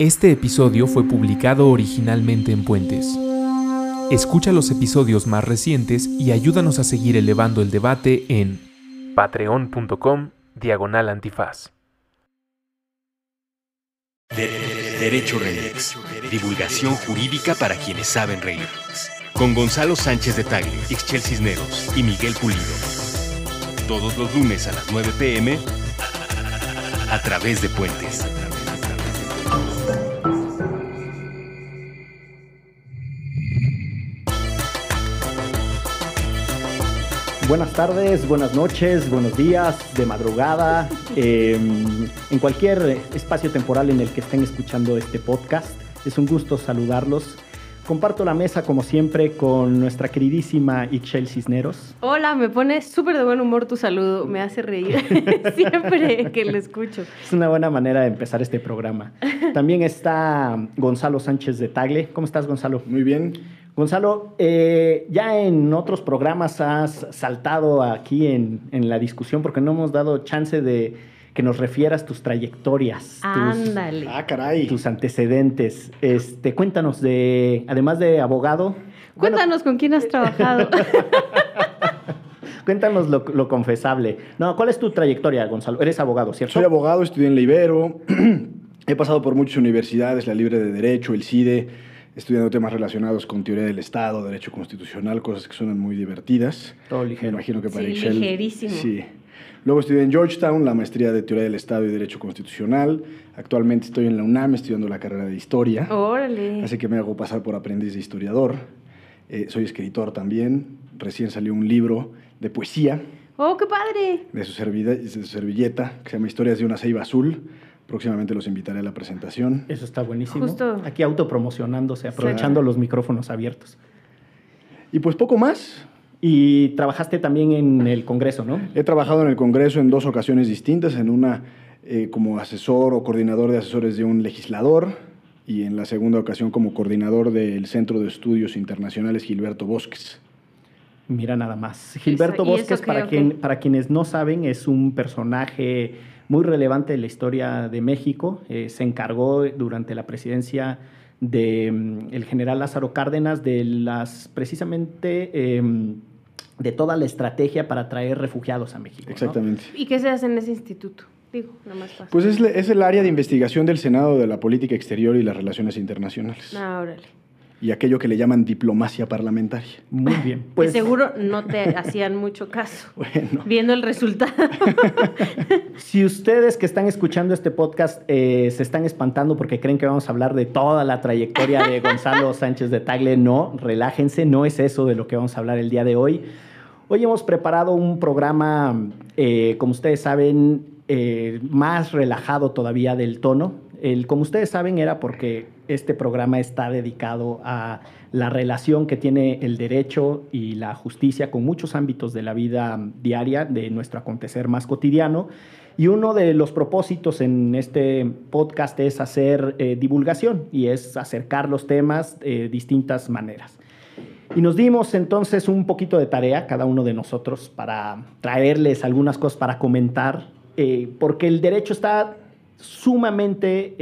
Este episodio fue publicado originalmente en Puentes. Escucha los episodios más recientes y ayúdanos a seguir elevando el debate en patreon.com/antifaz. Derecho Remix. Divulgación jurídica para quienes saben reír. Con Gonzalo Sánchez de Tagle, Ixchel Cisneros y Miguel Pulido. Todos los lunes a las 9 p.m. a través de Puentes. Buenas tardes, buenas noches, buenos días, de madrugada, en cualquier espacio temporal en el que estén escuchando este podcast. Es un gusto saludarlos. Comparto la mesa, como siempre, con nuestra queridísima Ixchel Cisneros. Hola, me pone súper de buen humor tu saludo, me hace reír siempre que lo escucho. Es una buena manera de empezar este programa. También está Gonzalo Sánchez de Tagle. ¿Cómo estás, Gonzalo? Muy bien. Gonzalo, ya en otros programas has saltado aquí en la discusión porque no hemos dado chance de que nos refieras tus trayectorias. Ándale. Caray. Tus antecedentes. Cuéntanos, además de abogado. Cuéntanos con quién has trabajado. Cuéntanos lo confesable. No, ¿cuál es tu trayectoria, Gonzalo? Eres abogado, ¿cierto? Soy abogado, estudié en la Ibero. He pasado por muchas universidades, la Libre de Derecho, el CIDE, estudiando temas relacionados con teoría del Estado, derecho constitucional, cosas que suenan muy divertidas. Todo ligero. Me imagino que para Sí, Ixchel. ligerísimo. Sí. Luego estudié en Georgetown, la maestría de teoría del Estado y derecho constitucional. Actualmente estoy en la UNAM estudiando la carrera de historia. Órale. Así que me hago pasar por aprendiz de historiador. Soy escritor también. Recién salió un libro de poesía. ¡Oh, qué padre! De su servilleta, que se llama Historias de una ceiba azul. Próximamente los invitaré a la presentación. Eso está buenísimo. Justo. Aquí autopromocionándose, aprovechando los micrófonos abiertos. Y pues poco más. Y trabajaste también en el Congreso, ¿no? He trabajado en el Congreso en 2 ocasiones distintas, en una como asesor o coordinador de asesores de un legislador y en la segunda ocasión como coordinador del Centro de Estudios Internacionales Gilberto Bosques. Mira nada más. Gilberto ¿Y eso Bosques, qué? para quienes no saben, es un personaje muy relevante en la historia de México. Se encargó durante la presidencia del general Lázaro Cárdenas precisamente de toda la estrategia para traer refugiados a México, ¿no? Exactamente. ¿Y qué se hace en ese instituto? Digo, nada más fácil. Pues es el área de investigación del Senado de la Política Exterior y las Relaciones Internacionales. Órale. Y aquello que le llaman diplomacia parlamentaria. Muy bien. Que Pues, seguro no te hacían mucho caso. Bueno. Viendo el resultado. si ustedes que están escuchando este podcast se están espantando porque creen que vamos a hablar de toda la trayectoria de Gonzalo Sánchez de Tagle, no, relájense, no es eso de lo que vamos a hablar el día de hoy. Hoy hemos preparado un programa, como ustedes saben, más relajado todavía del tono. Como ustedes saben, era porque este programa está dedicado a la relación que tiene el derecho y la justicia con muchos ámbitos de la vida diaria, de nuestro acontecer más cotidiano. Y uno de los propósitos en este podcast es hacer divulgación y es acercar los temas de distintas maneras. Y nos dimos entonces un poquito de tarea, cada uno de nosotros, para traerles algunas cosas para comentar, porque el derecho está sumamente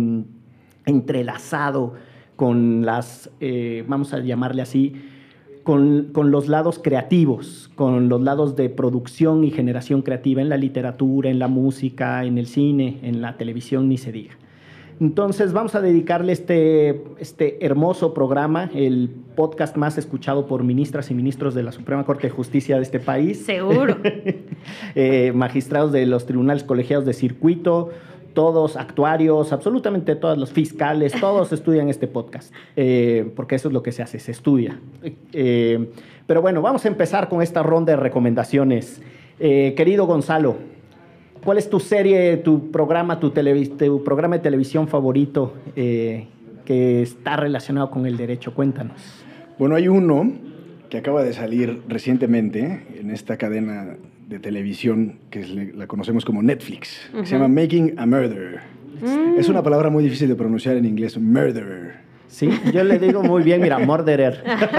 entrelazado con vamos a llamarle así, con los lados creativos, con los lados de producción y generación creativa en la literatura, en la música, en el cine, en la televisión, ni se diga. Entonces vamos a dedicarle este hermoso programa, el podcast más escuchado por ministras y ministros de la Suprema Corte de Justicia de este país. Seguro. Magistrados de los tribunales colegiados de circuito, todos actuarios, absolutamente todos los fiscales, todos estudian este podcast, porque eso es lo que se hace, se estudia. Pero bueno, vamos a empezar con esta ronda de recomendaciones. Querido Gonzalo, ¿cuál es tu serie, tu programa de televisión favorito que está relacionado con el derecho? Cuéntanos. Bueno, hay uno que acaba de salir recientemente en esta cadena de televisión que la conocemos como Netflix, que se llama Making a Murderer. Es una palabra muy difícil de pronunciar en inglés, murderer. Sí, yo le digo muy bien, mira, murderer.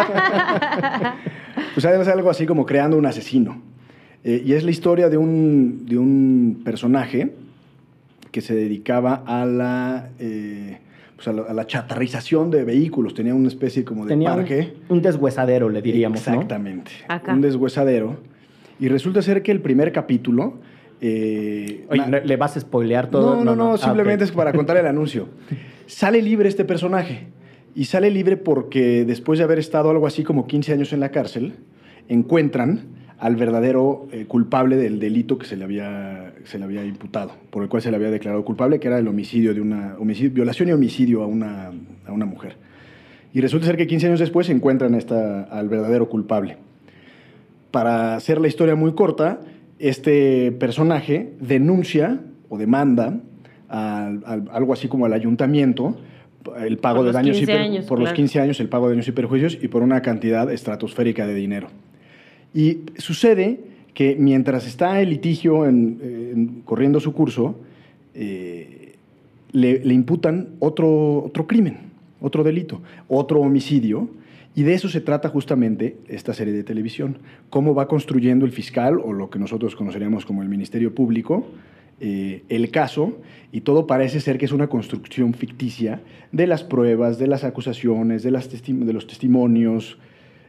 Pues es algo así como creando un asesino. Y es la historia de un personaje que se dedicaba a pues, a la chatarrización de vehículos. Tenía una especie como de parque. Un deshuesadero, le diríamos, exactamente, ¿no? Acá. Un deshuesadero. Y resulta ser que el primer capítulo... Oye, ¿le vas a spoilear todo? No, simplemente es para contar el anuncio. Sale libre este personaje. Y sale libre porque después de haber estado algo así como 15 años en la cárcel, encuentran al verdadero culpable del delito que se le había imputado, por el cual se le había declarado culpable, que era el homicidio violación y homicidio a una mujer. Y resulta ser que 15 años después encuentran al verdadero culpable. Para hacer la historia muy corta, este personaje denuncia o demanda algo así como al ayuntamiento el pago de daños por los 15 años, el pago de daños y perjuicios y por una cantidad estratosférica de dinero. Y sucede que mientras está el litigio corriendo su curso, le imputan otro crimen, otro delito, otro homicidio, y de eso se trata justamente esta serie de televisión. Cómo va construyendo el fiscal, o lo que nosotros conoceríamos como el Ministerio Público, el caso, y todo parece ser que es una construcción ficticia de las pruebas, de las acusaciones, de los testimonios,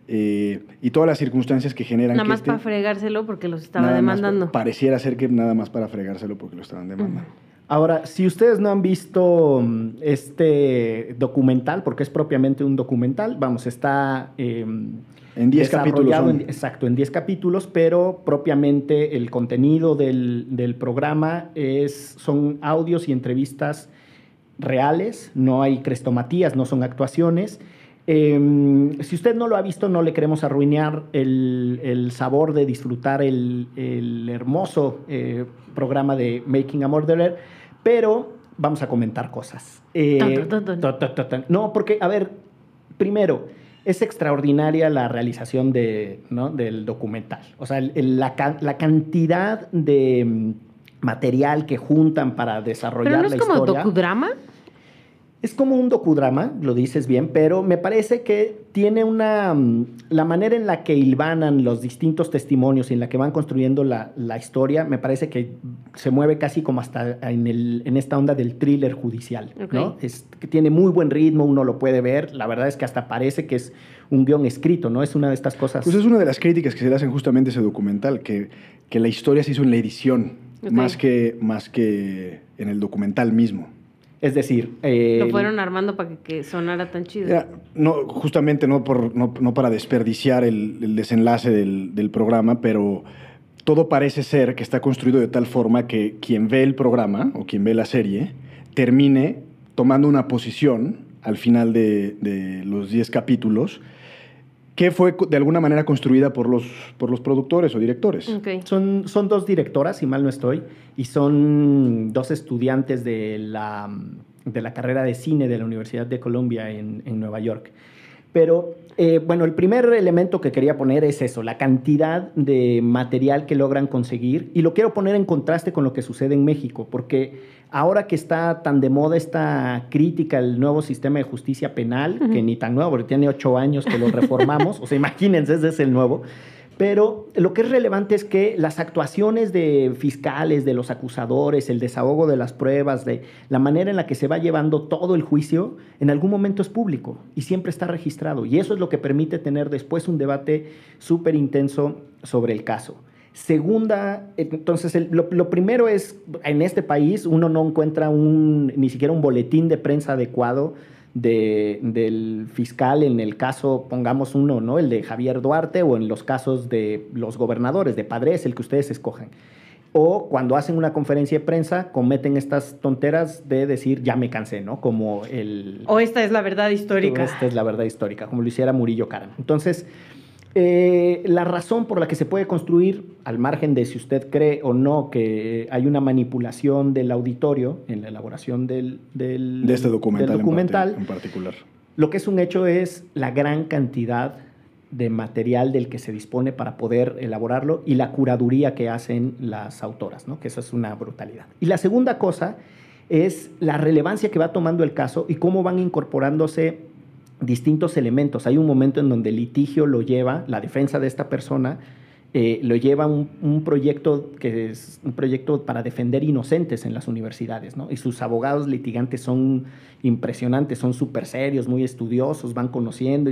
y todas las circunstancias que generan nada más para fregárselo porque los estaba demandando. Pareciera ser que nada más para fregárselo porque lo estaban demandando. Ahora, si ustedes no han visto este documental, porque es propiamente un documental, está en 10 capítulos. Exacto, en 10 capítulos, pero propiamente el contenido del programa son audios y entrevistas reales, no hay crestomatías, no son actuaciones. Si usted no lo ha visto, no le queremos arruinar el sabor de disfrutar el hermoso programa de Making a Murderer, pero vamos a comentar cosas. No, porque, a ver, primero, es extraordinaria la realización del documental. O sea, la cantidad de material que juntan para desarrollar la historia. ¿Pero no es como docudrama? Es como un docudrama, lo dices bien, pero me parece que tiene la manera en la que hilvanan los distintos testimonios y en la que van construyendo la historia, me parece que se mueve casi como hasta en esta onda del thriller judicial, okay, ¿no? Que tiene muy buen ritmo, uno lo puede ver, la verdad es que hasta parece que es un guión escrito, ¿no? Es una de estas cosas. Pues es una de las críticas que se le hacen justamente a ese documental, que la historia se hizo en la edición, okay, más que en el documental mismo. Es decir... lo fueron armando para que sonara tan chido. Justamente no para desperdiciar el desenlace del programa, pero todo parece ser que está construido de tal forma que quien ve el programa o quien ve la serie termine tomando una posición al final de los 10 capítulos que fue de alguna manera construida por los productores o directores. Okay. Son 2 directoras, si mal no estoy, y son 2 estudiantes de la carrera de cine de la Universidad de Columbia en Nueva York. Pero, bueno, el primer elemento que quería poner es eso, la cantidad de material que logran conseguir, y lo quiero poner en contraste con lo que sucede en México, porque ahora que está tan de moda esta crítica al nuevo sistema de justicia penal, que ni tan nuevo, porque tiene 8 años que lo reformamos, o sea, imagínense, ese es el nuevo. Pero lo que es relevante es que las actuaciones de fiscales, de los acusadores, el desahogo de las pruebas, de la manera en la que se va llevando todo el juicio, en algún momento es público y siempre está registrado. Y eso es lo que permite tener después un debate súper intenso sobre el caso. Segunda, entonces, lo primero es, en este país uno no encuentra ni siquiera un boletín de prensa adecuado del fiscal en el caso, pongamos uno, ¿no? El de Javier Duarte, o en los casos de los gobernadores, de Padres, el que ustedes escojan. O cuando hacen una conferencia de prensa, cometen estas tonteras de decir, ya me cansé, ¿no? Como o esta es la verdad histórica. Esta es la verdad histórica, como lo hiciera Murillo Karam. Entonces, la razón por la que se puede construir, al margen de si usted cree o no que hay una manipulación del auditorio en la elaboración de este documental en particular, lo que es un hecho es la gran cantidad de material del que se dispone para poder elaborarlo y la curaduría que hacen las autoras, ¿no? Que eso es una brutalidad. Y la segunda cosa es la relevancia que va tomando el caso y cómo van incorporándose distintos elementos. Hay un momento en donde el litigio lo lleva, la defensa de esta persona lo lleva un proyecto que es un proyecto para defender inocentes en las universidades, ¿no? Y sus abogados litigantes son impresionantes, son súper serios, muy estudiosos, van conociendo.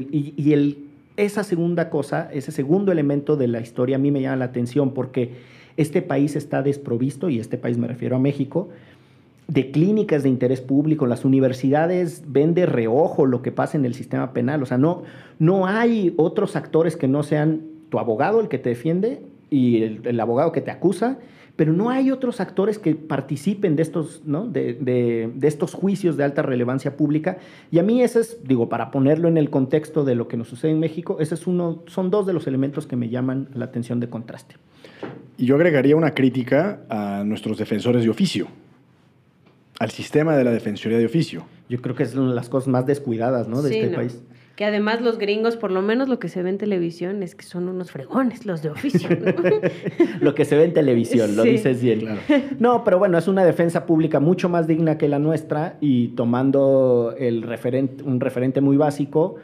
Esa segunda cosa, ese segundo elemento de la historia a mí me llama la atención porque este país está desprovisto, y este país me refiero a México, de clínicas de interés público. Las universidades ven de reojo lo que pasa en el sistema penal. O sea, no hay otros actores que no sean tu abogado, el que te defiende, y el abogado que te acusa, pero no hay otros actores que participen de estos, ¿no? de estos juicios de alta relevancia pública. Y a mí ese es, digo, para ponerlo en el contexto de lo que nos sucede en México, son dos de los elementos que me llaman la atención de contraste. Y yo agregaría una crítica a nuestros defensores de oficio, al sistema de la defensoría de oficio. Yo creo que es una de las cosas más descuidadas, ¿no? de este país. Que además los gringos, por lo menos lo que se ve en televisión, es que son unos fregones los de oficio, ¿no? Lo que se ve en televisión, lo Sí. dices bien. Claro. No, pero bueno, es una defensa pública mucho más digna que la nuestra, y tomando un referente muy básico,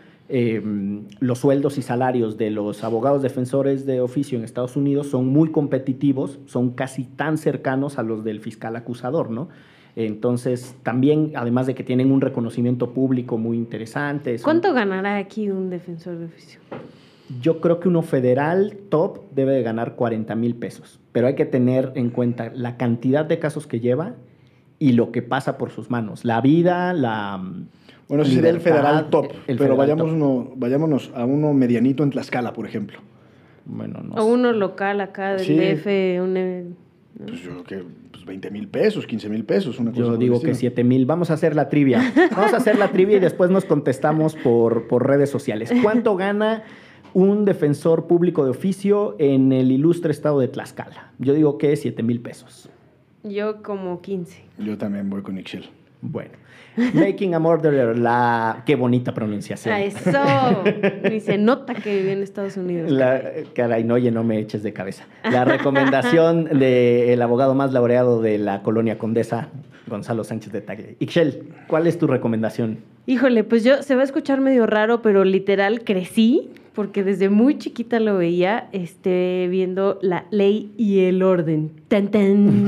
los sueldos y salarios de los abogados defensores de oficio en Estados Unidos son muy competitivos, son casi tan cercanos a los del fiscal acusador, ¿no? Entonces, también, además de que tienen un reconocimiento público muy interesante. ¿Cuánto ganará aquí un defensor de oficio? Yo creo que uno federal top debe de ganar 40,000 pesos, pero hay que tener en cuenta la cantidad de casos que lleva y lo que pasa por sus manos. La vida, Bueno, ese sería el federal top, pero top. vayámonos a uno medianito en Tlaxcala, por ejemplo. Bueno, no O uno local acá del Sí. DF, ¿no? Pues yo creo que 20,000 pesos, 15,000 pesos, una cosa Yo por digo el que estilo. 7,000. Vamos a hacer la trivia. Vamos a hacer la trivia y después nos contestamos por redes sociales. ¿Cuánto gana un defensor público de oficio en el ilustre estado de Tlaxcala? Yo digo que 7,000 pesos. Yo como 15. Yo también voy con Ixchel. Bueno. Making a Murderer, qué bonita pronunciación. ¡A eso! Ni se nota que viví en Estados Unidos. Caray, no, oye, no me eches de cabeza. La recomendación del abogado más laureado de la colonia Condesa, Gonzalo Sánchez de Tagle. Ixchel, ¿cuál es tu recomendación? Híjole, pues se va a escuchar medio raro, pero literal crecí, porque desde muy chiquita lo veía, viendo La Ley y el Orden. ¡Tan, tan!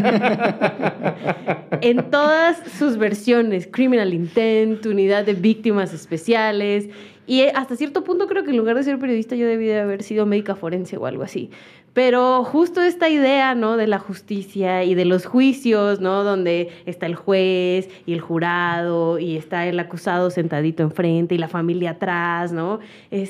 En todas sus versiones, Criminal Intent, Unidad de Víctimas Especiales, y hasta cierto punto creo que en lugar de ser periodista yo debí de haber sido médica forense o algo así. Pero justo esta idea, ¿no? De la justicia y de los juicios, ¿no? Donde está el juez y el jurado y está el acusado sentadito enfrente y la familia atrás, ¿no?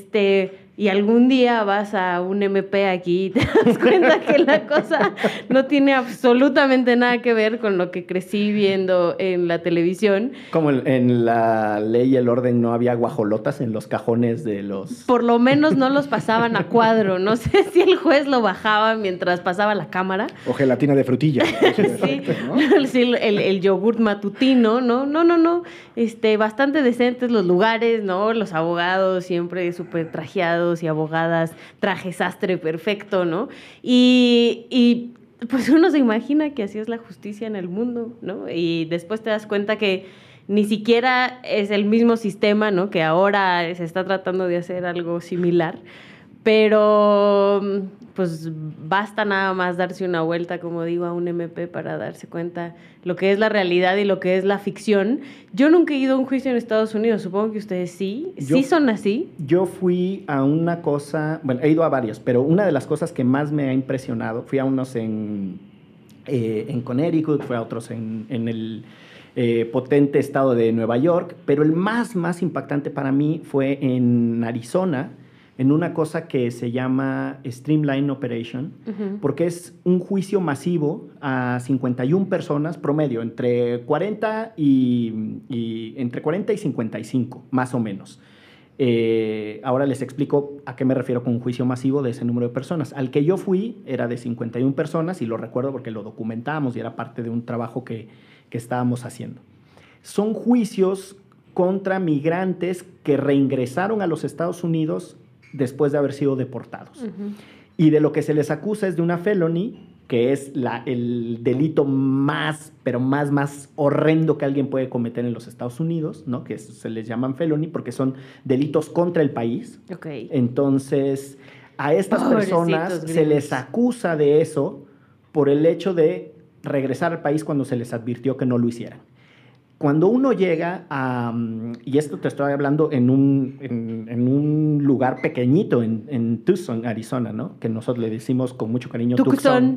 Y algún día vas a un MP aquí y te das cuenta que la cosa no tiene absolutamente nada que ver con lo que crecí viendo en la televisión. Como en La Ley y el Orden no había guajolotas en los cajones de los... Por lo menos no los pasaban a cuadro. No sé si el juez lo bajaba mientras pasaba la cámara. O gelatina de frutilla. Sí, sí, el yogurt matutino, ¿no? No. Bastante decentes los lugares, ¿no? Los abogados siempre súper trajeados y abogadas, traje sastre perfecto, ¿no? Y pues uno se imagina que así es la justicia en el mundo, ¿no? Y después te das cuenta que ni siquiera es el mismo sistema, ¿no? Que ahora se está tratando de hacer algo similar. Pero pues basta nada más darse una vuelta, como digo, a un MP para darse cuenta lo que es la realidad y lo que es la ficción. Yo nunca he ido a un juicio en Estados Unidos, supongo que ustedes sí. ¿Sí son así? Yo fui a una cosa, bueno, he ido a varios, pero una de las cosas que más me ha impresionado, fui a unos en Connecticut, fui a otros en el potente estado de Nueva York, pero el más impactante para mí fue en Arizona, en una cosa que se llama Streamline Operation, porque es un juicio masivo a 51 personas promedio, entre 40 y 55, más o menos. Ahora les explico a qué me refiero con un juicio masivo de ese número de personas. Al que yo fui era de 51 personas, y lo recuerdo porque lo documentábamos y era parte de un trabajo que estábamos haciendo. Son juicios contra migrantes que reingresaron a los Estados Unidos después de haber sido deportados. Y de lo que se les acusa es de una felony, que es el delito más horrendo que alguien puede cometer en los Estados Unidos, ¿no? Que se les llaman felony porque son delitos contra el país. Okay. Entonces, A estas personas Pobrecitos se les gringos. acusa de eso por el hecho de regresar al país cuando se les advirtió que no lo hicieran. Cuando uno llega a, y esto te estoy hablando en un lugar pequeñito, en Tucson, Arizona, ¿no? Que nosotros le decimos con mucho cariño Tucson.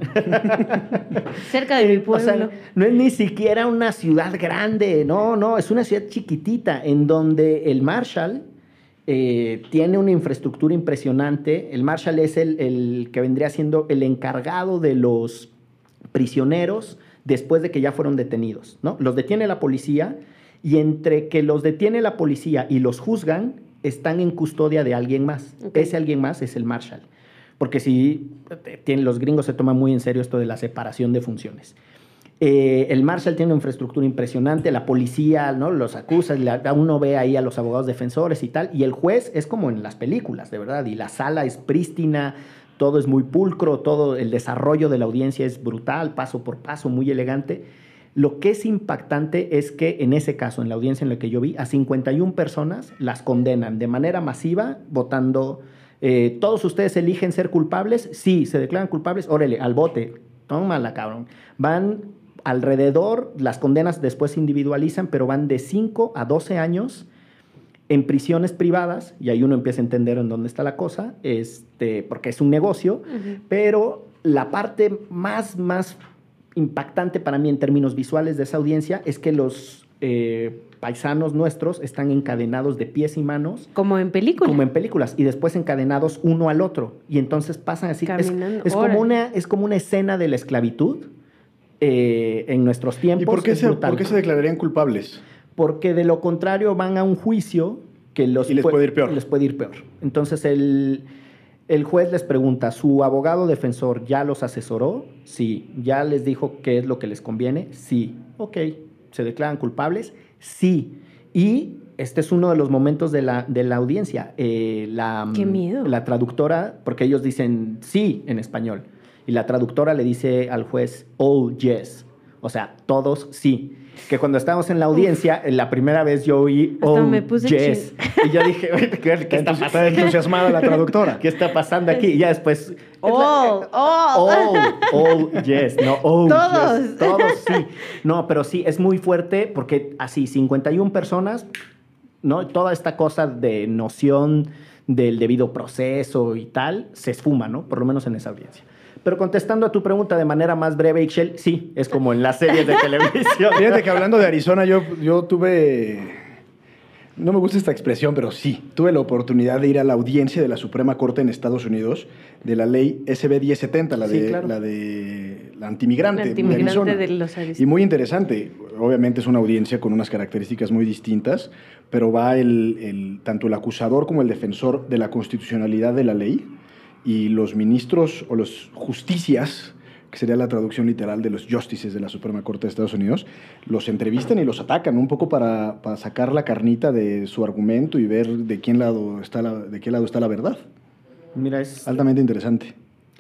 Cerca de mi O pueblo. sea, no es ni siquiera una ciudad grande, no, es una ciudad chiquitita en donde el Marshall tiene una infraestructura impresionante. El Marshall es el que vendría siendo el encargado de los prisioneros después de que ya fueron detenidos, ¿no? Los detiene la policía y entre que los detiene la policía y los juzgan, están en custodia de alguien más. Okay. Ese alguien más es el Marshall. Porque si los gringos se toman muy en serio esto de la separación de funciones. El Marshall tiene una infraestructura impresionante, la policía, ¿no? Los acusa, uno ve ahí a los abogados defensores y tal, y el juez es como en las películas, de verdad, y la sala es prístina, todo es muy pulcro, todo el desarrollo de la audiencia es brutal, paso por paso, muy elegante. Lo que es impactante es que en ese caso, en la audiencia en la que yo vi, a 51 personas las condenan de manera masiva, votando, ¿todos ustedes eligen ser culpables? Sí, se declaran culpables, órale, al bote, tómala, cabrón. Van alrededor, las condenas después se individualizan, pero van de 5 a 12 años en prisiones privadas, y ahí uno empieza a entender en dónde está la cosa, porque es un negocio, pero la parte más impactante para mí en términos visuales de esa audiencia es que los paisanos nuestros están encadenados de pies y manos. Como en película. Como en películas, y después encadenados uno al otro, y entonces pasan así. Caminando. Es como una escena de la esclavitud en nuestros tiempos. ¿Y por qué se declararían culpables? Porque de lo contrario van a un juicio que les puede ir peor. Les puede ir peor. Entonces el juez les pregunta, ¿su abogado defensor ya los asesoró? Sí. ¿Ya les dijo qué es lo que les conviene? Sí. Ok. ¿Se declaran culpables? Sí. Y este es uno de los momentos de la audiencia. ¡Qué miedo! La traductora, porque ellos dicen sí en español, y la traductora le dice al juez, all yes. O sea, todos sí. Que cuando estábamos en la audiencia, la primera vez yo oí me puse yes. Y yo dije, ¿qué está pasando? Está entusiasmada la traductora. ¿Qué está pasando aquí? Y ya después... All yes. No, todos. yes. Todos sí. No, pero sí, es muy fuerte porque así, 51 personas, ¿no? Toda esta cosa de noción del debido proceso y tal, se esfuma, ¿no? Por lo menos en esa audiencia. Pero contestando a tu pregunta de manera más breve, Ixchel, sí, es como en las series de televisión. Fíjate que hablando de Arizona, yo tuve... No me gusta esta expresión, pero sí. Tuve la oportunidad de ir a la audiencia de la Suprema Corte en Estados Unidos de la ley SB 1070, la de la antimigrante. La antimigrante de de los Arizona. Y muy interesante. Obviamente es una audiencia con unas características muy distintas, pero va tanto el acusador como el defensor de la constitucionalidad de la ley, y los ministros o los justicias, que sería la traducción literal de los justices de la Suprema Corte de Estados Unidos, los entrevistan y los atacan un poco para sacar la carnita de su argumento y ver de qué lado está la verdad. Mira, es altamente interesante.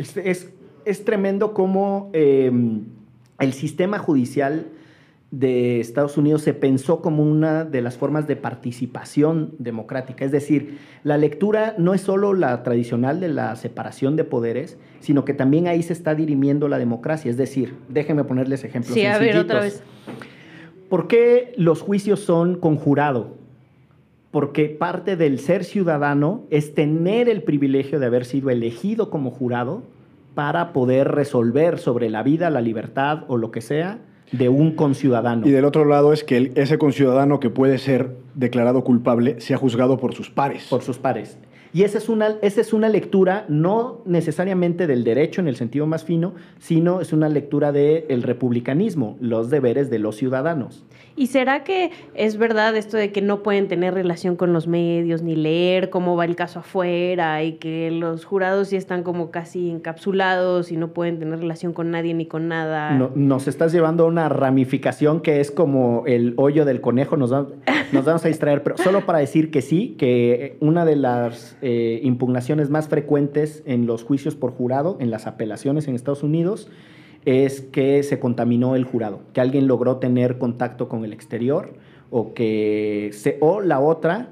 Es tremendo cómo el sistema judicial de Estados Unidos se pensó como una de las formas de participación democrática. Es decir, la lectura no es solo la tradicional de la separación de poderes, sino que también ahí se está dirimiendo la democracia. Es decir, déjenme ponerles ejemplos sencillitos. Sí, a ver, otra vez. ¿Por qué los juicios son con jurado? Porque parte del ser ciudadano es tener el privilegio de haber sido elegido como jurado para poder resolver sobre la vida, la libertad o lo que sea de un conciudadano. Y del otro lado es que ese conciudadano que puede ser declarado culpable sea juzgado por sus pares. Por sus pares. Y esa es una lectura no necesariamente del derecho en el sentido más fino, sino es una lectura del republicanismo, los deberes de los ciudadanos. ¿Y será que es verdad esto de que no pueden tener relación con los medios ni leer cómo va el caso afuera y que los jurados sí están como casi encapsulados y no pueden tener relación con nadie ni con nada? No, nos estás llevando a una ramificación que es como el hoyo del conejo, nos vamos a distraer, pero solo para decir que sí, que una de las impugnaciones más frecuentes en los juicios por jurado, en las apelaciones en Estados Unidos, es que se contaminó el jurado, que alguien logró tener contacto con el exterior o la otra,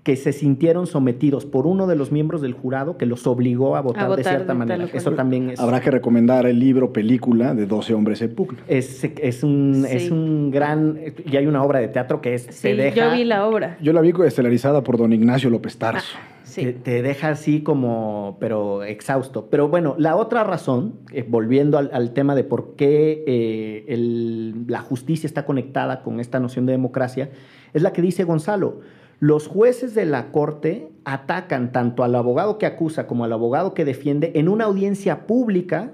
que se sintieron sometidos por uno de los miembros del jurado que los obligó a votar de cierta manera. Eso también es... Habrá que recomendar el libro película de 12 hombres en pugna. Es un gran... Y hay una obra de teatro que es... Sí, yo vi la obra. Yo la vi estelarizada por don Ignacio López Tarso. Sí. Te deja así como, pero exhausto. Pero bueno, la otra razón, volviendo al tema de por qué la justicia está conectada con esta noción de democracia, es la que dice Gonzalo. Los jueces de la corte atacan tanto al abogado que acusa como al abogado que defiende en una audiencia pública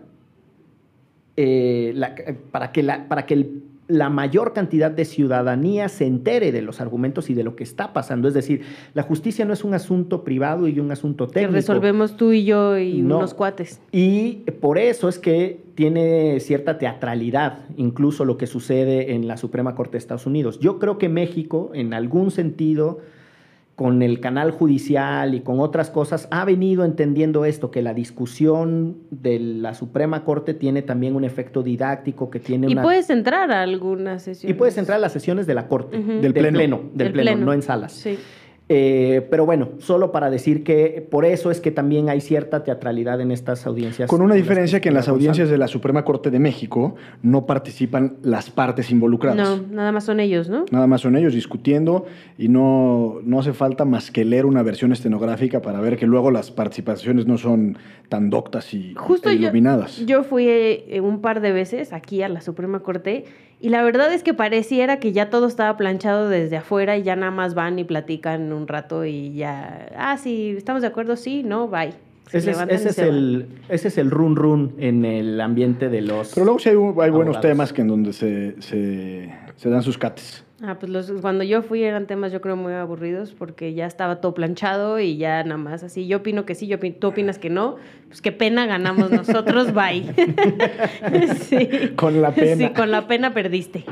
para que la mayor cantidad de ciudadanía se entere de los argumentos y de lo que está pasando. Es decir, la justicia no es un asunto privado y un asunto técnico. Que resolvemos tú y yo y unos cuates. Y por eso es que tiene cierta teatralidad, incluso lo que sucede en la Suprema Corte de Estados Unidos. Yo creo que México, en algún sentido, con el canal judicial y con otras cosas, ha venido entendiendo esto, que la discusión de la Suprema Corte tiene también un efecto didáctico, que tiene y puedes entrar a algunas sesiones. Y puedes entrar a las sesiones de la Corte, del pleno, no en salas. Sí. Pero bueno, solo para decir que por eso es que también hay cierta teatralidad en estas audiencias. Con una diferencia que en las audiencias de la Suprema Corte de México no participan las partes involucradas. No, nada más son ellos, ¿no? Nada más son ellos discutiendo y no hace falta más que leer una versión estenográfica para ver que luego las participaciones no son tan doctas y iluminadas. Yo fui un par de veces aquí a la Suprema Corte y la verdad es que pareciera que ya todo estaba planchado desde afuera y ya nada más van y platican un rato y ya, sí, ¿estamos de acuerdo? Sí, no, bye. Ese es el run en el ambiente de los... Pero luego sí hay buenos temas que en donde se dan sus cates. Pues cuando yo fui eran temas yo creo muy aburridos porque ya estaba todo planchado y ya nada más así, yo opino que sí, tú opinas que no, pues qué pena ganamos nosotros, bye. Sí. Con la pena. Sí, con la pena perdiste.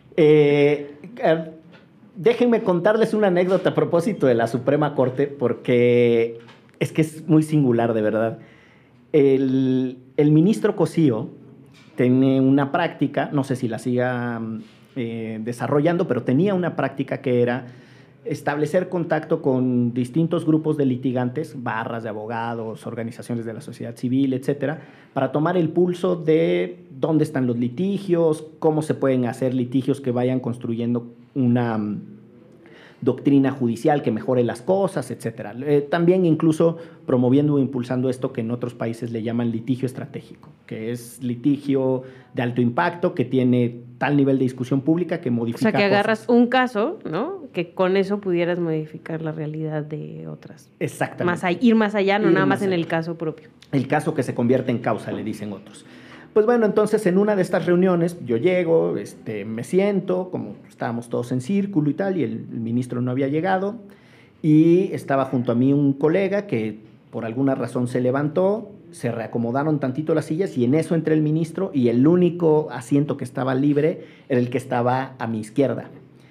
Déjenme contarles una anécdota a propósito de la Suprema Corte porque es que es muy singular, de verdad. El ministro Cosío tiene una práctica, no sé si la siga desarrollando, pero tenía una práctica que era establecer contacto con distintos grupos de litigantes, barras de abogados, organizaciones de la sociedad civil, etcétera, para tomar el pulso de dónde están los litigios, cómo se pueden hacer litigios que vayan construyendo una doctrina judicial que mejore las cosas, etcétera. También incluso promoviendo o impulsando esto que en otros países le llaman litigio estratégico, que es litigio de alto impacto, que tiene tal nivel de discusión pública que modifica cosas. O sea, que agarras un caso, ¿no? Que con eso pudieras modificar la realidad de otras. Exactamente. Ir más allá, no nada más en el caso propio. El caso que se convierte en causa, le dicen otros. Pues bueno, entonces en una de estas reuniones yo llego, me siento, como estábamos todos en círculo y tal, y el ministro no había llegado, y estaba junto a mí un colega que por alguna razón se levantó, se reacomodaron tantito las sillas, y en eso entré el ministro, y el único asiento que estaba libre era el que estaba a mi izquierda.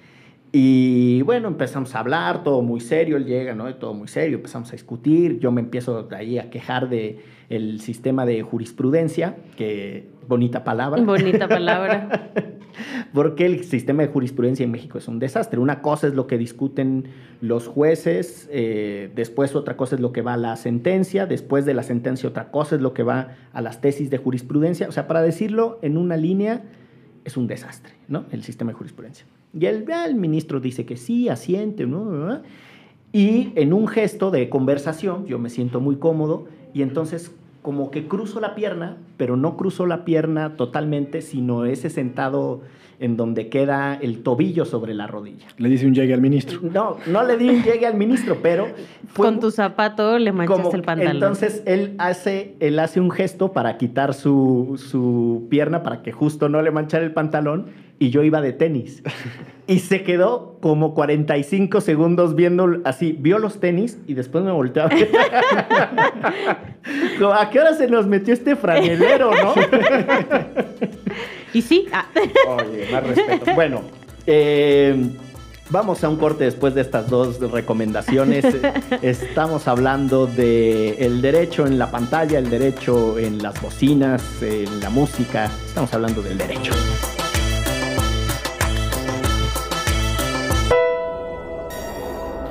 Y bueno, empezamos a hablar, todo muy serio, él llega, ¿no? Todo muy serio, empezamos a discutir, yo me empiezo ahí a quejar del sistema de jurisprudencia, que bonita palabra. Bonita palabra. Porque el sistema de jurisprudencia en México es un desastre. Una cosa es lo que discuten los jueces, después otra cosa es lo que va a la sentencia, después de la sentencia otra cosa es lo que va a las tesis de jurisprudencia. O sea, para decirlo en una línea, es un desastre, ¿no? El sistema de jurisprudencia. Y el ministro dice que sí, asiente, ¿no? Y en un gesto de conversación, yo me siento muy cómodo, y entonces como que cruzo la pierna, pero no cruzo la pierna totalmente, sino ese sentado en donde queda el tobillo sobre la rodilla. ¿Le dice un llegue al ministro? No le di un llegue al ministro, pero... Con tu zapato le manchaste el pantalón. Entonces él hace un gesto para quitar su pierna para que justo no le manchara el pantalón, y yo iba de tenis. Y se quedó como 45 segundos viendo así, vio los tenis y después me volteó a ver. ¿A qué hora se nos metió este franelero, no? Y sí. Oye, más respeto. Bueno, vamos a un corte después de estas dos recomendaciones. Estamos hablando del derecho en la pantalla, el derecho en las bocinas, en la música. Estamos hablando del derecho.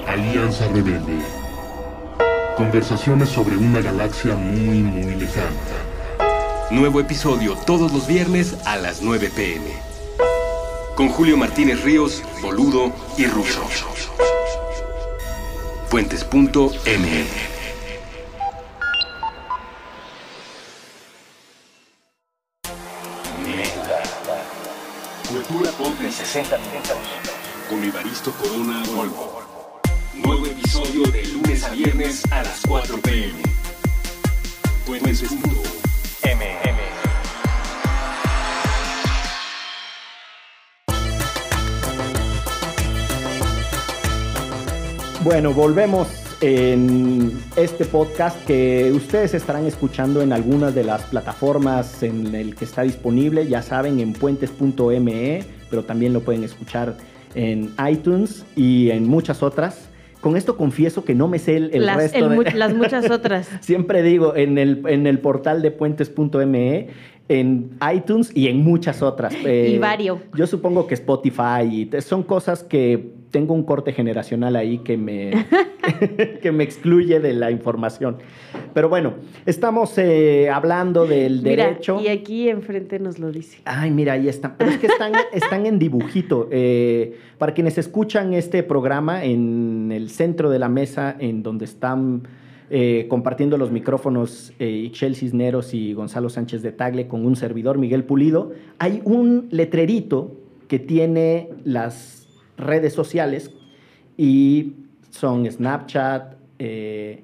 Alianza Rebelde. Conversaciones sobre una galaxia muy, muy lejana. Nuevo episodio todos los viernes a las 9 p.m. Con Julio Martínez Ríos, Boludo y Russo. Fuentes.mx. Cultura Pop en 60 minutos. Con Evaristo Corona Volvo. Nuevo episodio de lunes a viernes a las 4 p.m. Fuentes.mx. Bueno, volvemos en este podcast que ustedes estarán escuchando en algunas de las plataformas en el que está disponible, ya saben, en puentes.me, pero también lo pueden escuchar en iTunes y en muchas otras. Con esto confieso que no me sé el resto de... Las muchas otras. Siempre digo, en el portal de puentes.me, en iTunes y en muchas otras. Y vario. Yo supongo que Spotify, son cosas que tengo un corte generacional ahí que me excluye de la información. Pero bueno, estamos hablando del derecho. Mira, y aquí enfrente nos lo dice. Ay, mira, ahí están. Pero es que están en dibujito. Para quienes escuchan este programa, en el centro de la mesa, en donde están compartiendo los micrófonos Ixchel Cisneros y Gonzalo Sánchez de Tagle con un servidor, Miguel Pulido, hay un letrerito que tiene las redes sociales y son Snapchat. Es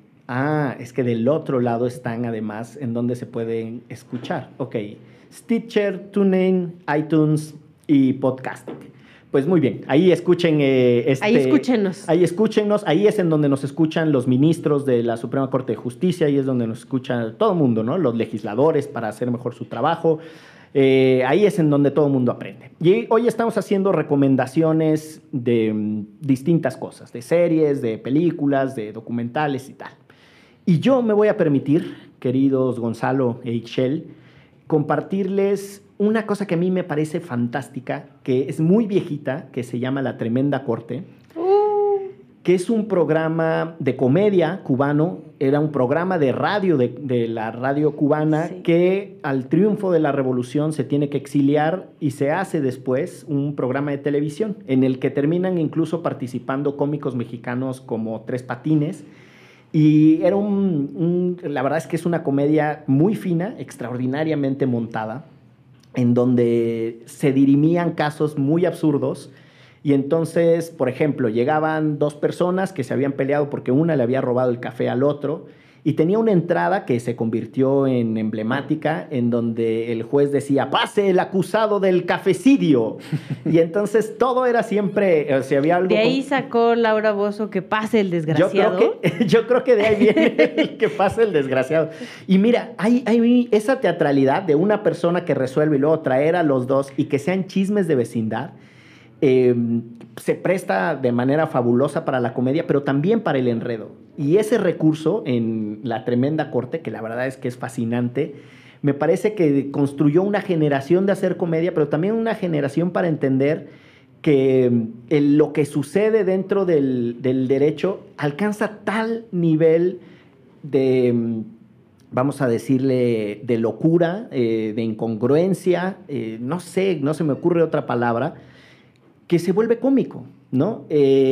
que del otro lado están además en donde se pueden escuchar. Ok, Stitcher, TuneIn, iTunes y Podcasting. Pues muy bien, ahí escuchen. Ahí escúchenos. Ahí escúchenos, ahí es en donde nos escuchan los ministros de la Suprema Corte de Justicia, ahí es donde nos escucha todo el mundo, ¿no? Los legisladores para hacer mejor su trabajo. Ahí es en donde todo el mundo aprende. Y hoy estamos haciendo recomendaciones de distintas cosas, de series, de películas, de documentales y tal. Y yo me voy a permitir, queridos Gonzalo e Ixchel, compartirles una cosa que a mí me parece fantástica, que es muy viejita, que se llama La Tremenda Corte, que es un programa de comedia cubano, era un programa de radio de la radio cubana, sí, que al triunfo de la revolución se tiene que exiliar y se hace después un programa de televisión en el que terminan incluso participando cómicos mexicanos como Tres Patines. Y era la verdad es que es una comedia muy fina, extraordinariamente montada, en donde se dirimían casos muy absurdos. Y entonces, por ejemplo, llegaban dos personas que se habían peleado porque una le había robado el café al otro y tenía una entrada que se convirtió en emblemática, en donde el juez decía, pase el acusado del cafecidio. Y entonces todo era siempre, si había algo... De ahí sacó Laura Bozzo que pase el desgraciado. Yo creo que de ahí viene el que pase el desgraciado. Y mira, hay esa teatralidad de una persona que resuelve y luego traer a los dos y que sean chismes de vecindad. Se presta de manera fabulosa para la comedia, pero también para el enredo. Y ese recurso en La Tremenda Corte, que la verdad es que es fascinante, me parece que construyó una generación de hacer comedia, pero también una generación para entender que lo que sucede dentro del derecho alcanza tal nivel de, vamos a decirle, de locura, de incongruencia, no sé, no se me ocurre otra palabra, que se vuelve cómico, ¿no?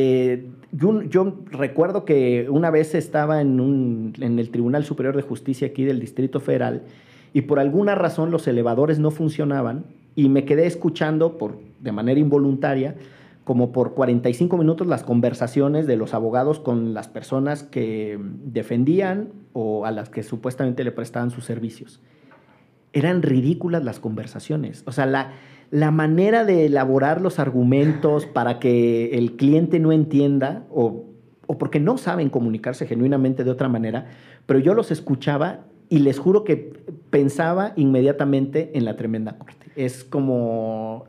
Yo recuerdo que una vez estaba en el Tribunal Superior de Justicia aquí del Distrito Federal y por alguna razón los elevadores no funcionaban y me quedé escuchando de manera involuntaria como por 45 minutos las conversaciones de los abogados con las personas que defendían o a las que supuestamente le prestaban sus servicios. Eran ridículas las conversaciones. O sea, la manera de elaborar los argumentos para que el cliente no entienda o porque no saben comunicarse genuinamente de otra manera, pero yo los escuchaba y les juro que pensaba inmediatamente en La Tremenda Corte. Es como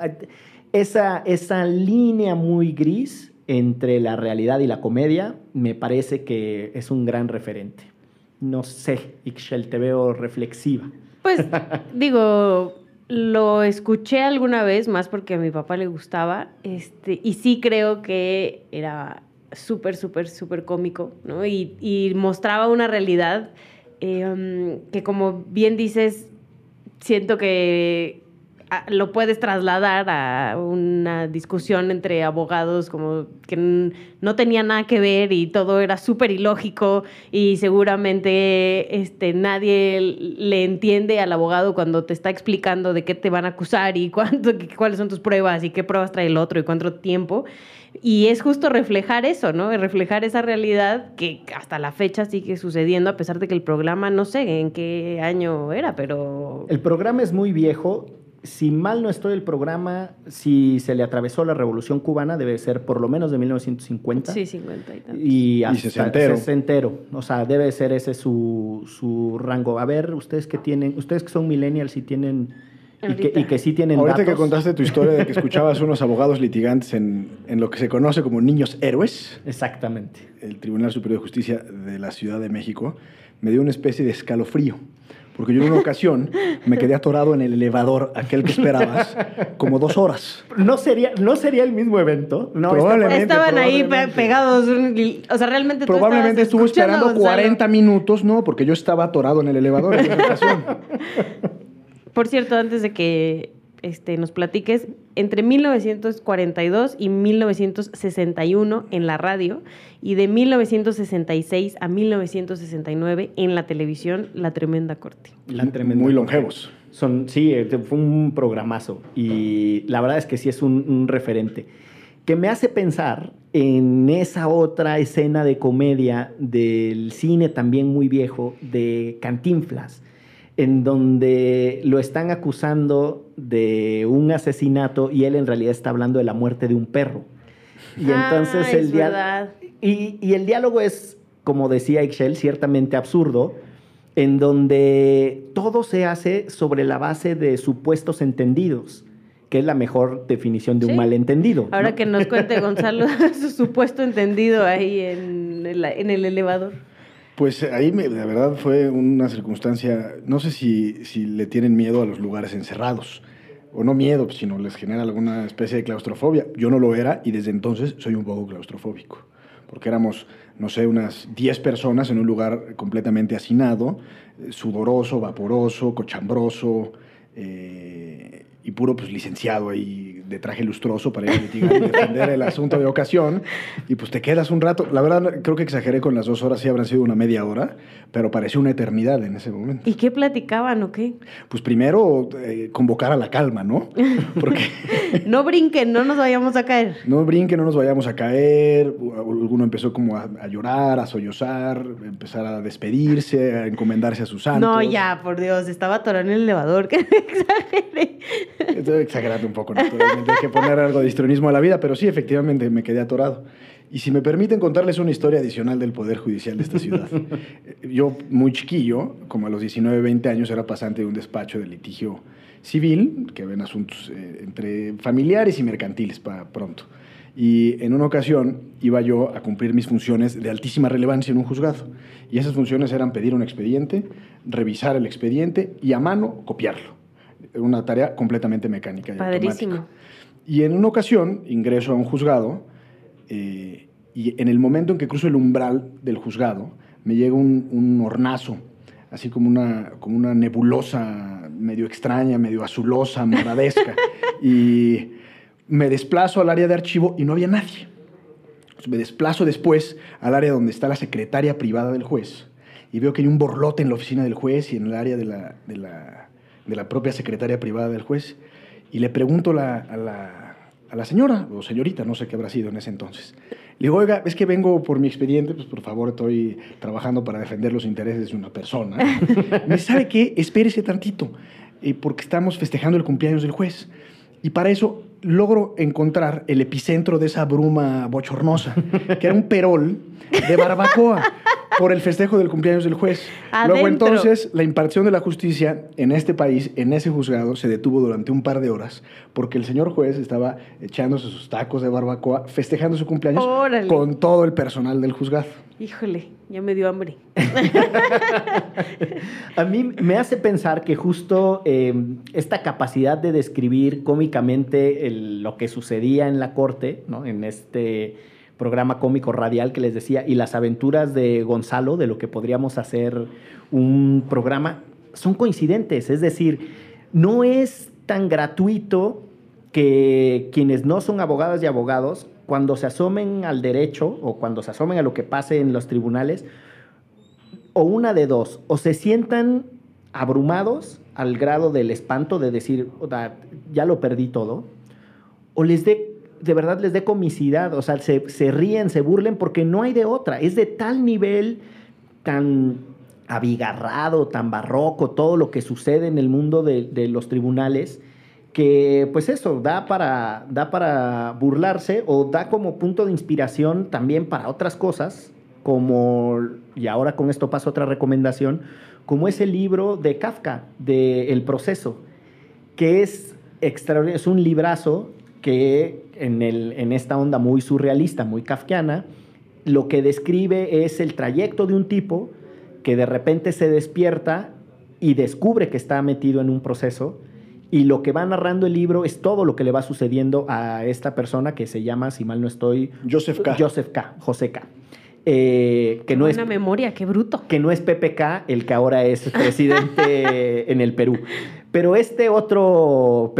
esa línea muy gris entre la realidad y la comedia, me parece que es un gran referente. No sé, Ixchel, te veo reflexiva. Pues, digo, lo escuché alguna vez, más porque a mi papá le gustaba, y sí creo que era súper, súper, súper cómico, ¿no? Y mostraba una realidad que, como bien dices, siento que lo puedes trasladar a una discusión entre abogados como que no tenía nada que ver y todo era súper ilógico y seguramente nadie le entiende al abogado cuando te está explicando de qué te van a acusar y cuáles son tus pruebas y qué pruebas trae el otro y cuánto tiempo. Y es justo reflejar eso, ¿no? Reflejar esa realidad que hasta la fecha sigue sucediendo, a pesar de que el programa, no sé en qué año era, pero... El programa es muy viejo. Si mal no estoy, el programa, si se le atravesó la Revolución Cubana, debe ser por lo menos de 1950. Sí, 50 y tantos. Y hasta sesentero. sesentero. O sea, debe ser ese su rango. A ver, ustedes que son millennials y tienen... Y que sí tienen Ahorita datos. que contaste tu historia de que escuchabas unos abogados litigantes en lo que se conoce como niños héroes, Exactamente. el Tribunal Superior de Justicia de la Ciudad de México, me dio una especie de escalofrío. Porque yo en una ocasión me quedé atorado en el elevador, aquel que esperabas, como 2 horas. ¿No sería el mismo evento? No, Probablemente. Estaban ahí probablemente. pegados, o sea, realmente tú Probablemente estabas estuvo escuchando a esperando Gonzalo. 40 minutos, no, porque yo estaba atorado en el elevador en esa ocasión. Por cierto, antes de que nos platiques, entre 1942 y 1961 en la radio y de 1966 a 1969 en la televisión, La Tremenda Corte. Muy longevos. Sí, fue un programazo y la verdad es que sí es un referente que me hace pensar en esa otra escena de comedia del cine también muy viejo de Cantinflas, en donde lo están acusando de un asesinato y él en realidad está hablando de la muerte de un perro. Y entonces es verdad. y el diálogo es, como decía Ixchel, ciertamente absurdo, en donde todo se hace sobre la base de supuestos entendidos, que es la mejor definición de un Sí. malentendido. Ahora ¿no? que nos cuente Gonzalo su supuesto entendido ahí en el elevador. Pues ahí, de verdad, fue una circunstancia, no sé si le tienen miedo a los lugares encerrados, o no miedo, sino les genera alguna especie de claustrofobia. Yo no lo era y desde entonces soy un poco claustrofóbico, porque éramos, no sé, unas 10 personas en un lugar completamente hacinado, sudoroso, vaporoso, cochambroso, y puro pues licenciado ahí de traje lustroso para ir a litigar y defender el asunto de ocasión, y pues te quedas un rato. La verdad, creo que exageré con las 2 horas, sí habrán sido una media hora, pero pareció una eternidad en ese momento. ¿Y qué platicaban o qué? Pues primero, convocar a la calma, ¿no? Porque No brinquen, no nos vayamos a caer. no brinquen, no nos vayamos a caer. Alguno empezó como a llorar, a sollozar, empezar a despedirse, a encomendarse a sus santos. No, ya, por Dios, estaba atorado en el elevador, que exageré. Estoy exagerando un poco, naturalmente. Hay que poner algo de histrionismo a la vida, pero sí, efectivamente, me quedé atorado. Y si me permiten contarles una historia adicional del Poder Judicial de esta ciudad. Yo, muy chiquillo, como a los 19, 20 años, era pasante de un despacho de litigio civil, que ven asuntos entre familiares y mercantiles para pronto. Y en una ocasión iba yo a cumplir mis funciones de altísima relevancia en un juzgado. Y esas funciones eran pedir un expediente, revisar el expediente y a mano copiarlo. Era una tarea completamente mecánica y Padrísimo. automática. Y en una ocasión ingreso a un juzgado y en el momento en que cruzo el umbral del juzgado me llega un hornazo, así como una nebulosa medio extraña, medio azulosa, moradesca. Y me desplazo al área de archivo y no había nadie. Me desplazo después al área donde está la secretaria privada del juez y veo que hay un borlote en la oficina del juez y en el área de la propia secretaria privada del juez. Y le pregunto a la señora, o señorita, no sé qué habrá sido en ese entonces. Le digo, oiga, es que vengo por mi expediente, pues por favor, estoy trabajando para defender los intereses de una persona. Me dice, ¿sabe qué? Espérese tantito, porque estamos festejando el cumpleaños del juez. Y para eso logro encontrar el epicentro de esa bruma bochornosa, que era un perol de barbacoa por el festejo del cumpleaños del juez. Adentro. Luego entonces la impartición de la justicia en este país, en ese juzgado, se detuvo durante un par de horas porque el señor juez estaba echándose sus tacos de barbacoa, festejando su cumpleaños ¡Órale! con todo el personal del juzgado. Híjole, ya me dio hambre. A mí me hace pensar que justo esta capacidad de describir cómicamente lo que sucedía en la corte, ¿no? En programa cómico radial que les decía, y las aventuras de Gonzalo, de lo que podríamos hacer un programa, son coincidentes. Es decir, no es tan gratuito que quienes no son abogadas y abogados, cuando se asomen al derecho o cuando se asomen a lo que pase en los tribunales, o una de dos, o se sientan abrumados al grado del espanto de decir, ya lo perdí todo, o de verdad les dé comicidad, o sea, se ríen, se burlen, porque no hay de otra. Es de tal nivel tan abigarrado, tan barroco, todo lo que sucede en el mundo de los tribunales, que pues eso, da para burlarse o da como punto de inspiración también para otras cosas, como, y ahora con esto paso a otra recomendación, como ese libro de Kafka, de El Proceso, que es extraordinario, es un librazo que en esta onda muy surrealista, muy kafkiana, lo que describe es el trayecto de un tipo que de repente se despierta y descubre que está metido en un proceso, y lo que va narrando el libro es todo lo que le va sucediendo a esta persona que se llama, si mal no estoy... Joseph K. José K. Que no buena es, memoria, qué bruto. Que no es PPK, el que ahora es presidente en el Perú. Pero este otro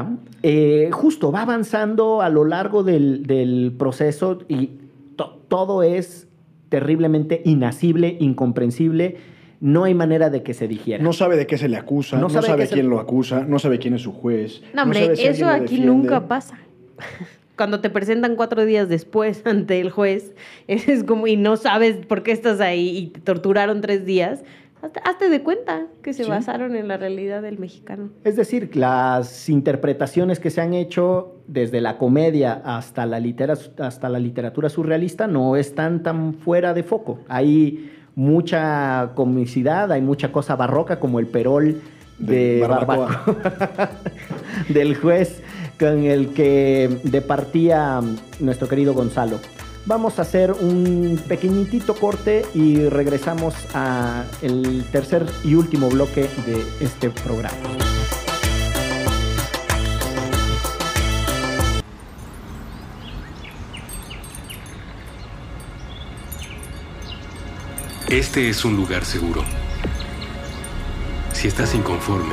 PPK justo va avanzando a lo largo del proceso y todo es terriblemente inasible, incomprensible. No hay manera de que se digiera. No sabe de qué se le acusa, no sabe quién lo acusa, no sabe quién es su juez. No, hombre, sabe si eso alguien lo aquí defiende. nunca pasa. Cuando te presentan 4 días después ante el juez, es como, y no sabes por qué estás ahí y te torturaron 3 días, hazte de cuenta que se basaron en la realidad del mexicano. Es decir, las interpretaciones que se han hecho desde la comedia hasta la literatura surrealista no están tan fuera de foco. Hay mucha comicidad, hay mucha cosa barroca, como el perol de barbacoa del juez con el que departía nuestro querido Gonzalo. Vamos a hacer un pequeñitito corte y regresamos a el tercer y último bloque de este programa. Este es un lugar seguro. Si estás inconforme,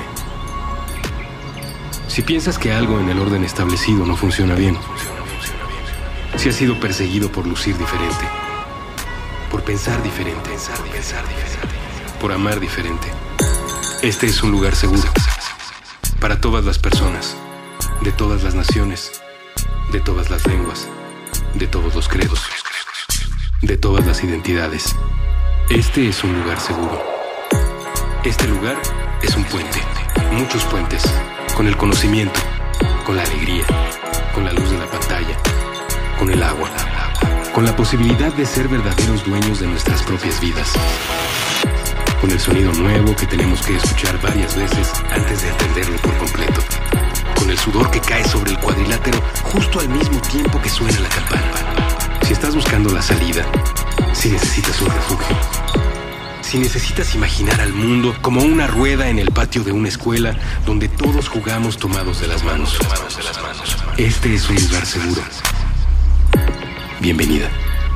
si piensas que algo en el orden establecido no funciona bien, si has sido perseguido por lucir diferente, por pensar diferente, por amar diferente, este es un lugar seguro para todas las personas, de todas las naciones, de todas las lenguas, de todos los credos, de todas las identidades. Este es un lugar seguro. Este lugar es un puente, muchos puentes, con el conocimiento, con la alegría, con la luz de la pantalla, con el agua, con la posibilidad de ser verdaderos dueños de nuestras propias vidas, con el sonido nuevo que tenemos que escuchar varias veces antes de entenderlo por completo, con el sudor que cae sobre el cuadrilátero justo al mismo tiempo que suena la campana. Si estás buscando la salida, si necesitas un refugio, si necesitas imaginar al mundo como una rueda en el patio de una escuela donde todos jugamos tomados de las manos, este es un lugar seguro. Bienvenida.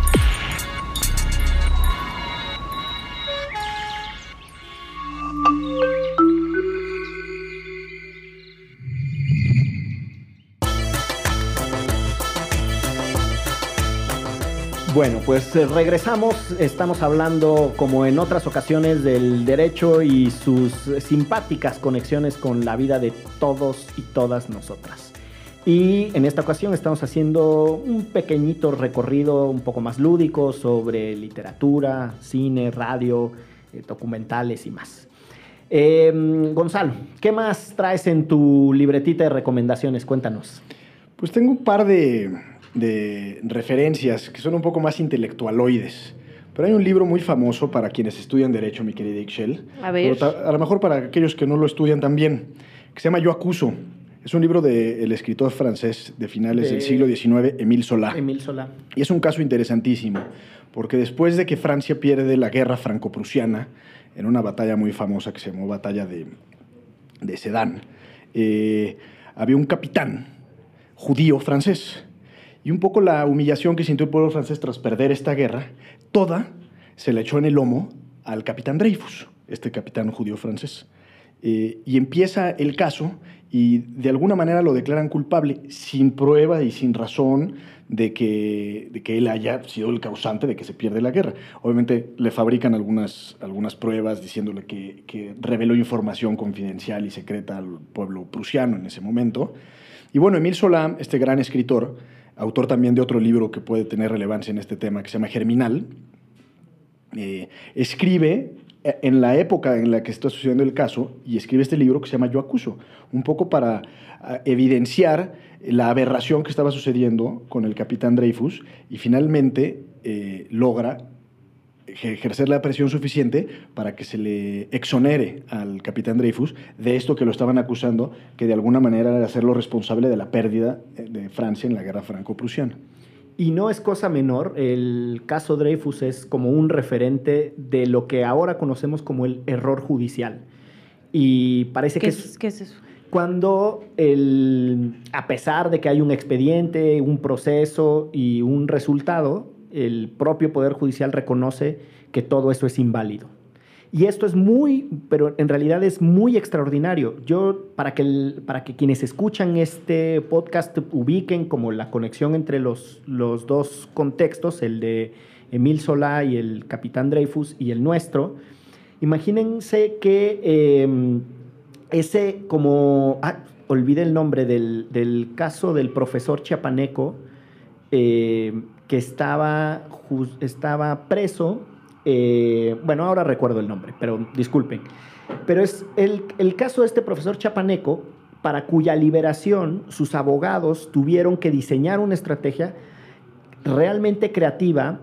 Bueno, pues regresamos. Estamos hablando, como en otras ocasiones, del derecho y sus simpáticas conexiones con la vida de todos y todas nosotras. Y en esta ocasión estamos haciendo un pequeñito recorrido un poco más lúdico sobre literatura, cine, radio, documentales y más. Gonzalo, ¿qué más traes en tu libretita de recomendaciones? Cuéntanos. Pues tengo un par de referencias que son un poco más intelectualoides. Pero hay un libro muy famoso para quienes estudian Derecho, mi querida Ixchel. A ver. Pero a lo mejor para aquellos que no lo estudian también, que se llama Yo acuso. Es un libro del escritor francés de finales del siglo XIX, Émile Zola. Émile Zola. Y es un caso interesantísimo, porque después de que Francia pierde la guerra franco-prusiana, en una batalla muy famosa que se llamó Batalla de Sedan, había un capitán judío francés, Y un poco la humillación que sintió el pueblo francés tras perder esta guerra, toda se le echó en el lomo al capitán Dreyfus, este capitán judío francés. Y empieza el caso y de alguna manera lo declaran culpable sin prueba y sin razón de que él haya sido el causante de que se pierde la guerra. Obviamente le fabrican algunas pruebas diciéndole que reveló información confidencial y secreta al pueblo prusiano en ese momento. Y bueno, Émile Zola, este gran escritor, autor también de otro libro que puede tener relevancia en este tema, que se llama Germinal, escribe en la época en la que está sucediendo el caso y escribe este libro que se llama Yo acuso, un poco para evidenciar la aberración que estaba sucediendo con el capitán Dreyfus y finalmente logra ejercer la presión suficiente para que se le exonere al capitán Dreyfus de esto que lo estaban acusando, que de alguna manera era hacerlo responsable de la pérdida de Francia en la guerra franco-prusiana. Y no es cosa menor, el caso Dreyfus es como un referente de lo que ahora conocemos como el error judicial. Y parece ¿Qué es eso? Cuando, a pesar de que hay un expediente, un proceso y un resultado, el propio Poder Judicial reconoce que todo eso es inválido. Y esto es pero en realidad es muy extraordinario. Para que quienes escuchan este podcast ubiquen como la conexión entre los dos contextos, el de Émile Zola y el capitán Dreyfus y el nuestro, imagínense que olvidé el nombre del caso del profesor chiapaneco que estaba preso. Bueno, ahora recuerdo el nombre, pero disculpen. Pero es el caso de este profesor chiapaneco, para cuya liberación sus abogados tuvieron que diseñar una estrategia realmente creativa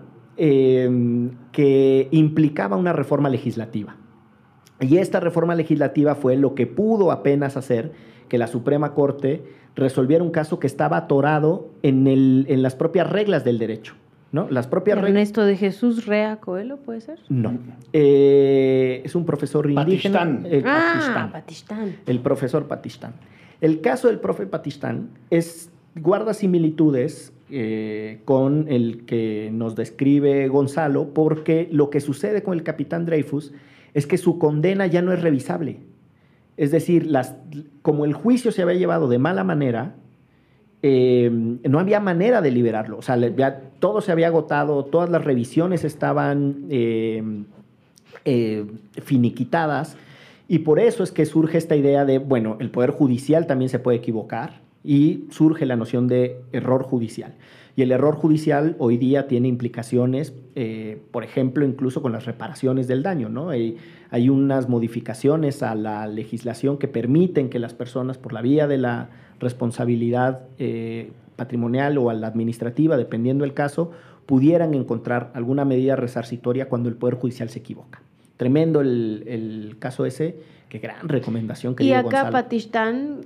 que implicaba una reforma legislativa. Y esta reforma legislativa fue lo que pudo apenas hacer que la Suprema Corte resolviera un caso que estaba atorado en las propias reglas del derecho, ¿no? Las propias ¿Ernesto de Jesús Rea Coelho puede ser? No. Es un profesor indígena. Patistán. El profesor Patistán. El caso del profe Patistán guarda similitudes con el que nos describe Gonzalo, porque lo que sucede con el capitán Dreyfus es que su condena ya no es revisable. Es decir, como el juicio se había llevado de mala manera, no había manera de liberarlo. O sea, ya todo se había agotado, todas las revisiones estaban finiquitadas, y por eso es que surge esta idea de, bueno, el Poder Judicial también se puede equivocar, y surge la noción de error judicial. Y el error judicial hoy día tiene implicaciones, por ejemplo, incluso con las reparaciones del daño, ¿no? Hay unas modificaciones a la legislación que permiten que las personas, por la vía de la responsabilidad patrimonial o a la administrativa, dependiendo del caso, pudieran encontrar alguna medida resarcitoria cuando el Poder Judicial se equivoca. Tremendo el caso ese. Qué gran recomendación que y dio acá Gonzalo. Patistán,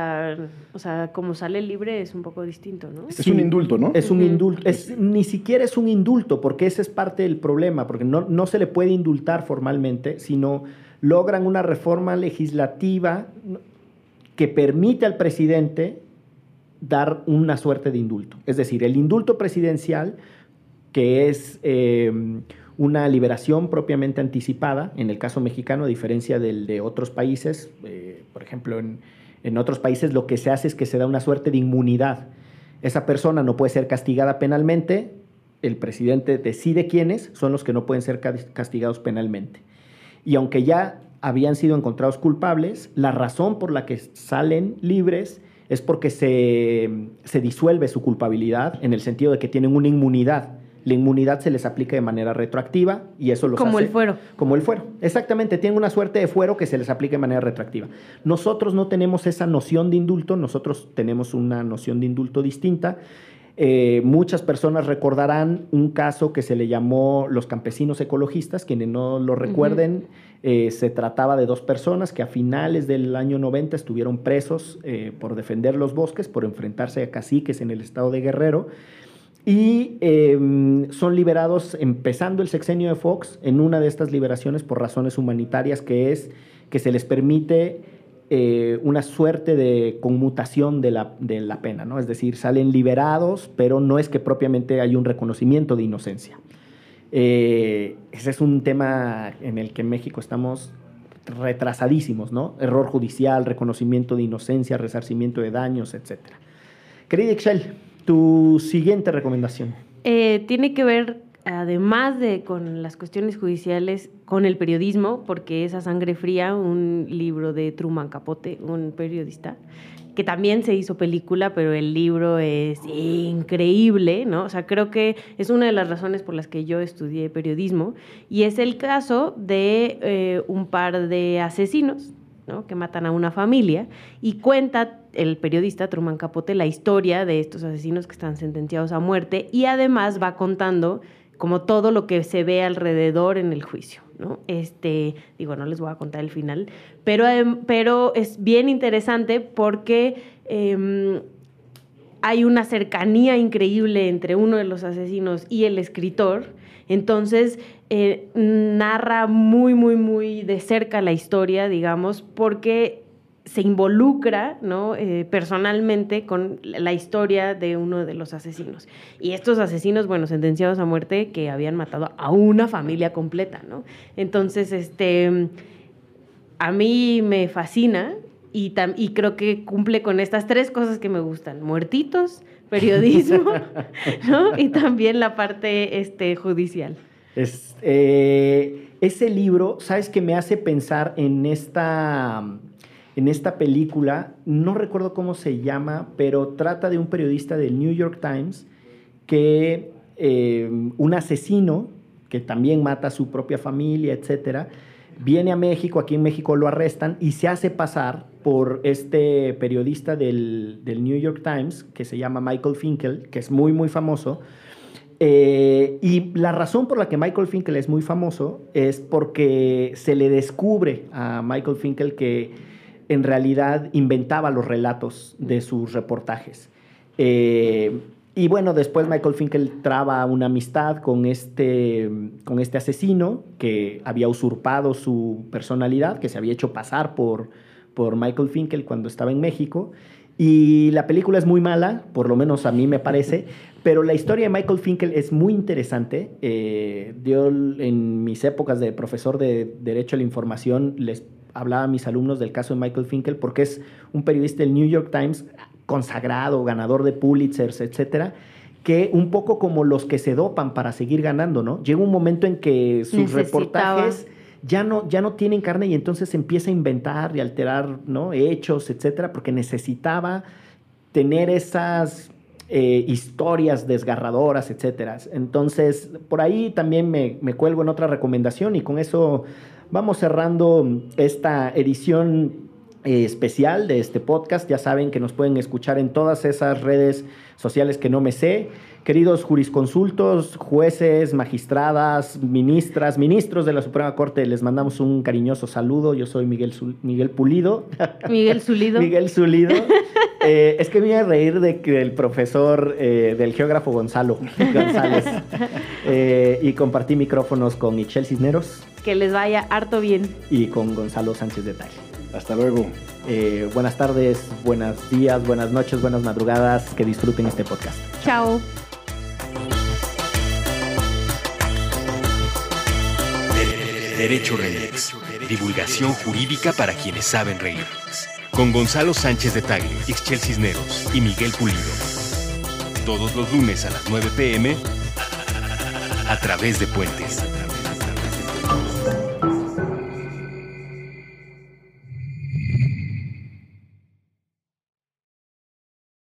como sale libre es un poco distinto, ¿no? Es un indulto, ¿no? Es un indulto. Ni siquiera es un indulto, porque ese es parte del problema, porque no se le puede indultar formalmente, sino logran una reforma legislativa que permite al presidente dar una suerte de indulto. Es decir, el indulto presidencial, que es una liberación propiamente anticipada, en el caso mexicano, a diferencia del de otros países. Por ejemplo, en otros países lo que se hace es que se da una suerte de inmunidad. Esa persona no puede ser castigada penalmente, el presidente decide quiénes son los que no pueden ser castigados penalmente. Y aunque ya habían sido encontrados culpables, la razón por la que salen libres es porque se disuelve su culpabilidad, en el sentido de que tienen una inmunidad. La inmunidad se les aplica de manera retroactiva y eso los como hace... el fuero. Como el fuero. Exactamente, tienen una suerte de fuero que se les aplica de manera retroactiva. Nosotros no tenemos esa noción de indulto, nosotros tenemos una noción de indulto distinta. Muchas personas recordarán un caso que se le llamó los campesinos ecologistas. Quienes no lo recuerden, se trataba de dos personas que a finales del año 90 estuvieron presos por defender los bosques, por enfrentarse a caciques en el estado de Guerrero. Y son liberados empezando el sexenio de Fox, en una de estas liberaciones por razones humanitarias, que es que se les permite una suerte de conmutación de la pena, ¿no? Es decir, salen liberados, pero no es que propiamente hay un reconocimiento de inocencia. Ese es un tema en el que en México estamos retrasadísimos, ¿no? Error judicial, reconocimiento de inocencia, resarcimiento de daños, etc. Querida Ixchel, tu siguiente recomendación. Tiene que ver, además de con las cuestiones judiciales, con el periodismo, porque es A Sangre Fría, un libro de Truman Capote, un periodista, que también se hizo película, pero el libro es increíble, ¿no? O sea, creo que es una de las razones por las que yo estudié periodismo, y es el caso de un par de asesinos, ¿no? Que matan a una familia, y cuenta el periodista Truman Capote la historia de estos asesinos que están sentenciados a muerte, y además va contando como todo lo que se ve alrededor en el juicio, ¿no? No les voy a contar el final, pero es bien interesante porque hay una cercanía increíble entre uno de los asesinos y el escritor. Entonces, narra muy, muy, muy de cerca la historia, digamos, porque se involucra, ¿no? Personalmente con la historia de uno de los asesinos. Y estos asesinos, bueno, sentenciados a muerte, que habían matado a una familia completa, ¿no? Entonces, a mí me fascina y creo que cumple con estas tres cosas que me gustan: muertitos, periodismo, ¿no? Y también la parte judicial. Ese libro, ¿sabes qué me hace pensar en esta película? No recuerdo cómo se llama, pero trata de un periodista del New York Times que un asesino que también mata a su propia familia, etcétera, viene a México. Aquí en México lo arrestan y se hace pasar por este periodista del New York Times que se llama Michael Finkel, que es muy, muy famoso. Y la razón por la que Michael Finkel es muy famoso es porque se le descubre a Michael Finkel que en realidad inventaba los relatos de sus reportajes. Y bueno, después Michael Finkel traba una amistad con este asesino que había usurpado su personalidad, que se había hecho pasar por Michael Finkel cuando estaba en México. Y la película es muy mala, por lo menos a mí me parece, pero la historia de Michael Finkel es muy interesante. Yo en mis épocas de profesor de Derecho a la Información les hablaba a mis alumnos del caso de Michael Finkel porque es un periodista del New York Times consagrado, ganador de Pulitzers, etcétera, que un poco como los que se dopan para seguir ganando, ¿no? Llega un momento en que sus reportajes ya no tienen carne y entonces empieza a inventar y alterar, ¿no? Hechos, etcétera, porque necesitaba tener esas historias desgarradoras, etcétera. Entonces, por ahí también me cuelgo en otra recomendación y con eso vamos cerrando esta edición especial de este podcast. Ya saben que nos pueden escuchar en todas esas redes sociales que no me sé. Queridos jurisconsultos, jueces, magistradas, ministros de la Suprema Corte, les mandamos un cariñoso saludo. Yo soy Miguel Pulido. Miguel Zulido. Miguel Zulido. Es que me iba a reír del profesor, del geógrafo González. Y compartí micrófonos con Ixchel Cisneros. Que les vaya harto bien. Y con Gonzalo Sánchez de Tagle. Hasta luego. Buenas tardes, buenos días, buenas noches, buenas madrugadas. Que disfruten este podcast. Chao. Derecho Remix. Divulgación jurídica para quienes saben reír. Con Gonzalo Sánchez de Tagle, Ixchel Cisneros y Miguel Pulido. Todos los lunes a las 9 p.m. a través de Puentes.